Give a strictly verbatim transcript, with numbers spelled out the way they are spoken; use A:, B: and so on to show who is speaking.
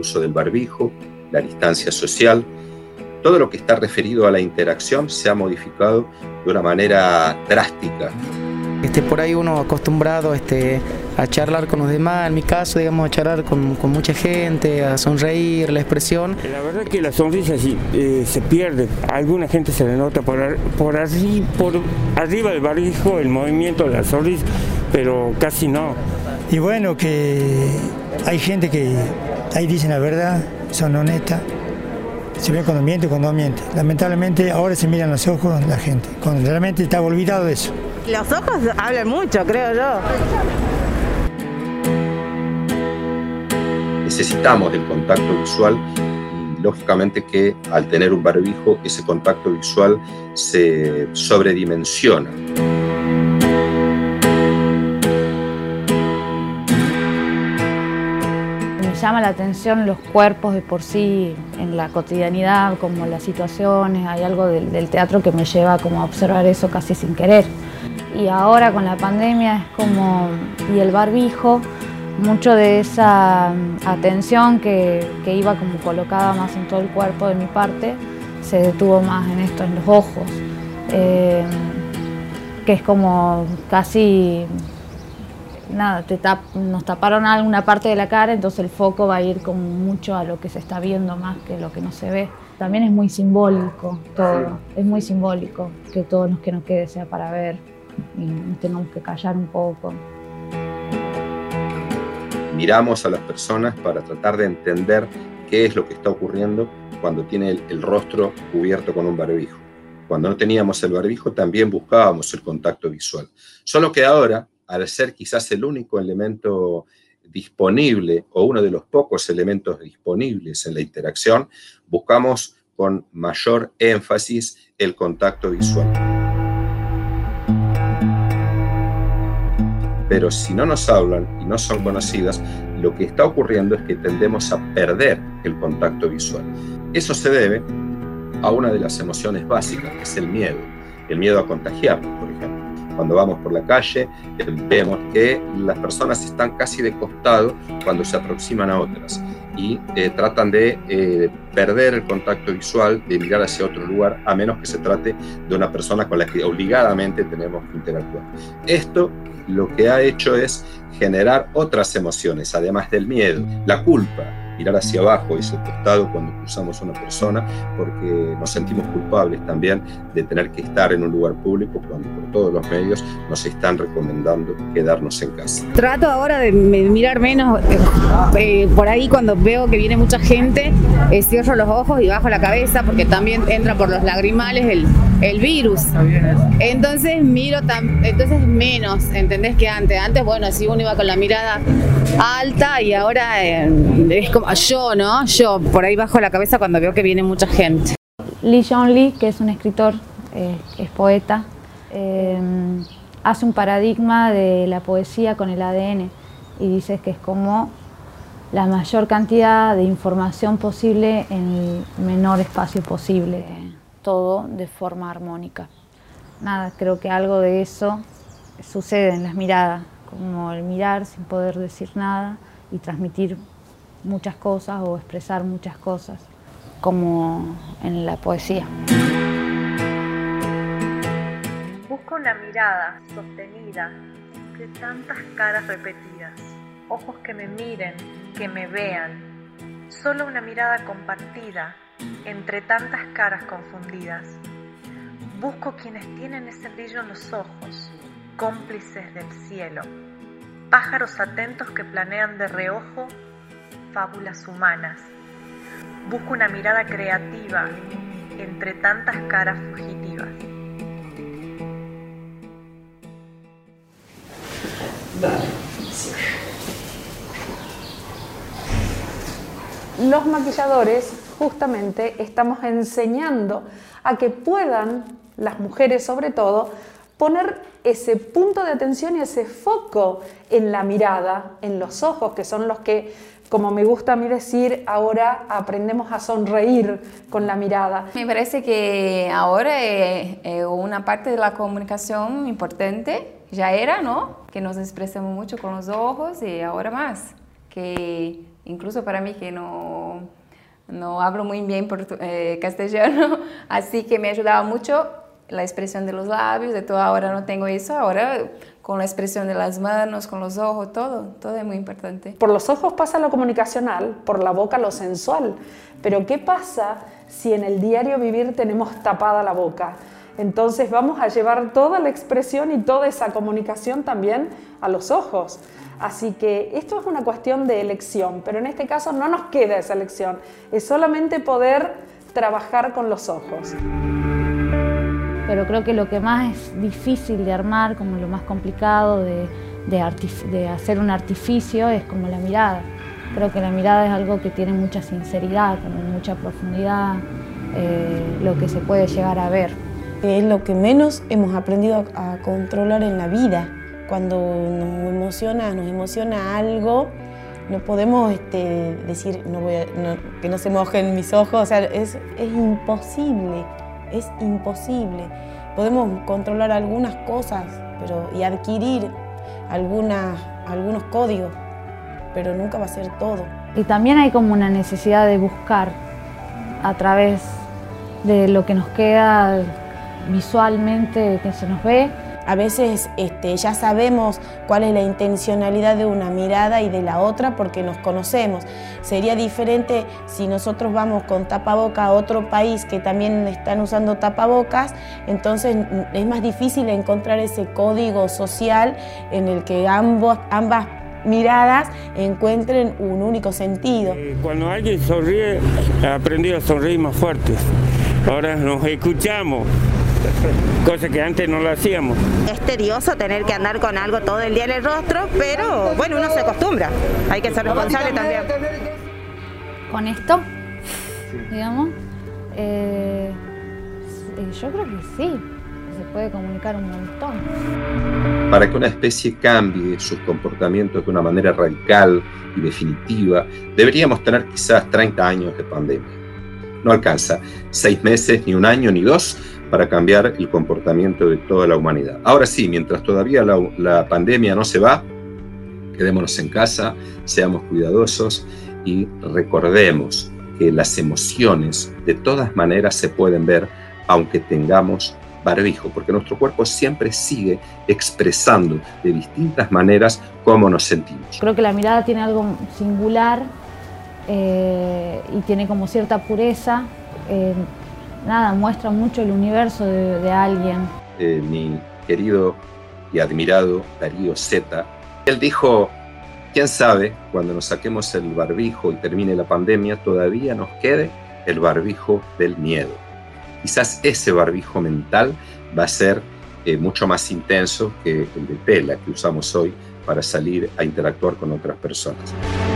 A: uso del barbijo, la distancia social. Todo lo que está referido a la interacción se ha modificado de una manera drástica.
B: Este, por ahí uno acostumbrado este, a charlar con los demás, en mi caso, digamos, a charlar con, con mucha gente, a sonreír, la expresión.
C: La verdad es que la sonrisa sí, eh, se pierde. A alguna gente se le nota por, ar, por, así, por arriba del barbijo el movimiento de la sonrisa, pero casi no.
D: Y bueno, que hay gente que ahí dicen la verdad, son honestas. Se ve cuando miente, cuando no miente. Lamentablemente ahora se miran los ojos la gente, cuando realmente está olvidado de eso.
E: Los ojos hablan mucho, creo yo.
A: Necesitamos del contacto visual y lógicamente que al tener un barbijo ese contacto visual se sobredimensiona.
F: Me llama la atención los cuerpos de por sí en la cotidianidad, como las situaciones, hay algo del, del teatro que me lleva como a observar eso casi sin querer. Y ahora con la pandemia es como, y el barbijo, mucho de esa atención que, que iba como colocada más en todo el cuerpo de mi parte, se detuvo más en esto, en los ojos, eh, que es como casi, nada, te tap, nos taparon alguna parte de la cara, entonces el foco va a ir como mucho a lo que se está viendo más que lo que no se ve. También es muy simbólico todo, es muy simbólico que todo lo que nos quede sea para ver y nos tengamos que callar un poco.
A: Miramos a las personas para tratar de entender qué es lo que está ocurriendo cuando tiene el, el rostro cubierto con un barbijo. Cuando no teníamos el barbijo también buscábamos el contacto visual. Solo que ahora, al ser quizás el único elemento disponible o uno de los pocos elementos disponibles en la interacción, buscamos con mayor énfasis el contacto visual. Pero si no nos hablan y no son conocidas, lo que está ocurriendo es que tendemos a perder el contacto visual. Eso se debe a una de las emociones básicas, que es el miedo. El miedo a contagiarnos, por ejemplo. Cuando vamos por la calle, vemos que las personas están casi de costado cuando se aproximan a otras y eh, tratan de eh, perder el contacto visual, de mirar hacia otro lugar, a menos que se trate de una persona con la que obligadamente tenemos que interactuar. Esto lo que ha hecho es generar otras emociones, además del miedo, la culpa, mirar hacia abajo y hacia el costado cuando cruzamos a una persona, porque nos sentimos culpables también de tener que estar en un lugar público cuando por todos los medios nos están recomendando quedarnos en casa.
E: Trato ahora de mirar menos, eh, por ahí cuando veo que viene mucha gente, eh, cierro los ojos y bajo la cabeza, porque también entra por los lagrimales el, el virus. Entonces miro tan, entonces menos, ¿entendés? Que antes. Antes, bueno, si uno iba con la mirada alta y ahora eh, es como yo, ¿no? Yo por ahí bajo la cabeza cuando veo que viene mucha gente.
F: Lee Jong Lee, que es un escritor, eh, es poeta, eh, hace un paradigma de la poesía con el A D N y dice que es como la mayor cantidad de información posible en el menor espacio posible, todo de forma armónica. Nada, creo que algo de eso sucede en las miradas, como el mirar sin poder decir nada y transmitir muchas cosas o expresar muchas cosas, como en la poesía.
G: Busco una mirada sostenida de tantas caras repetidas, ojos que me miren, que me vean, solo una mirada compartida entre tantas caras confundidas. Busco quienes tienen ese brillo en los ojos, cómplices del cielo, pájaros atentos que planean de reojo fábulas humanas. Busco una mirada creativa entre tantas caras fugitivas.
H: Los maquilladores justamente estamos enseñando a que puedan, las mujeres sobre todo, poner ese punto de atención y ese foco en la mirada, en los ojos, que son los que, como me gusta a mí decir, ahora aprendemos a sonreír con la mirada.
I: Me parece que ahora es, es una parte de la comunicación importante, ya era, ¿no? Que nos expresamos mucho con los ojos y ahora más. que incluso para mí que no, no hablo muy bien portu- eh, castellano, así que me ayudaba mucho la expresión de los labios, de todo. Ahora no tengo eso, ahora con la expresión de las manos, con los ojos, todo, todo es muy importante.
H: Por los ojos pasa lo comunicacional, por la boca lo sensual. Pero ¿qué pasa si en el diario vivir tenemos tapada la boca? Entonces vamos a llevar toda la expresión y toda esa comunicación también a los ojos. Así que esto es una cuestión de elección, pero en este caso no nos queda esa elección, es solamente poder trabajar con los ojos.
F: Pero creo que lo que más es difícil de armar, como lo más complicado de, de, artif- de hacer un artificio, es como la mirada. Creo que la mirada es algo que tiene mucha sinceridad, como mucha profundidad, eh, lo que se puede llegar a ver.
J: Es lo que menos hemos aprendido a controlar en la vida. Cuando nos emociona, nos emociona algo, no podemos este, decir no voy a, no, que no se mojen mis ojos, o sea, es, es imposible, es imposible. Podemos controlar algunas cosas pero, y adquirir algunas, algunos códigos, pero nunca va a ser todo.
F: Y también hay como una necesidad de buscar a través de lo que nos queda visualmente, que se nos ve.
J: A veces este, ya sabemos cuál es la intencionalidad de una mirada y de la otra porque nos conocemos. Sería diferente si nosotros vamos con tapaboca a otro país que también están usando tapabocas, entonces es más difícil encontrar ese código social en el que ambos, ambas miradas encuentren un único sentido.
C: Cuando alguien sonríe, he aprendido a sonreír más fuertes. Ahora nos escuchamos, cosa que antes no lo hacíamos.
K: Es tedioso tener que andar con algo todo el día en el rostro, pero bueno, uno se acostumbra. Hay que ser responsable también.
F: Con esto, digamos, eh, yo creo que sí, se puede comunicar un montón.
A: Para que una especie cambie sus comportamientos de una manera radical y definitiva, deberíamos tener quizás treinta años de pandemia. No alcanza seis meses, ni un año, ni dos, para cambiar el comportamiento de toda la humanidad. Ahora sí, mientras todavía la, la pandemia no se va, quedémonos en casa, seamos cuidadosos y recordemos que las emociones de todas maneras se pueden ver aunque tengamos barbijo, porque nuestro cuerpo siempre sigue expresando de distintas maneras cómo nos sentimos.
F: Creo que la mirada tiene algo singular eh, y tiene como cierta pureza. Eh, nada, muestra mucho el universo de, de alguien.
A: Eh, mi querido y admirado Darío Zeta, él dijo, quién sabe, cuando nos saquemos el barbijo y termine la pandemia, todavía nos quede el barbijo del miedo. Quizás ese barbijo mental va a ser eh, mucho más intenso que el de tela que usamos hoy para salir a interactuar con otras personas.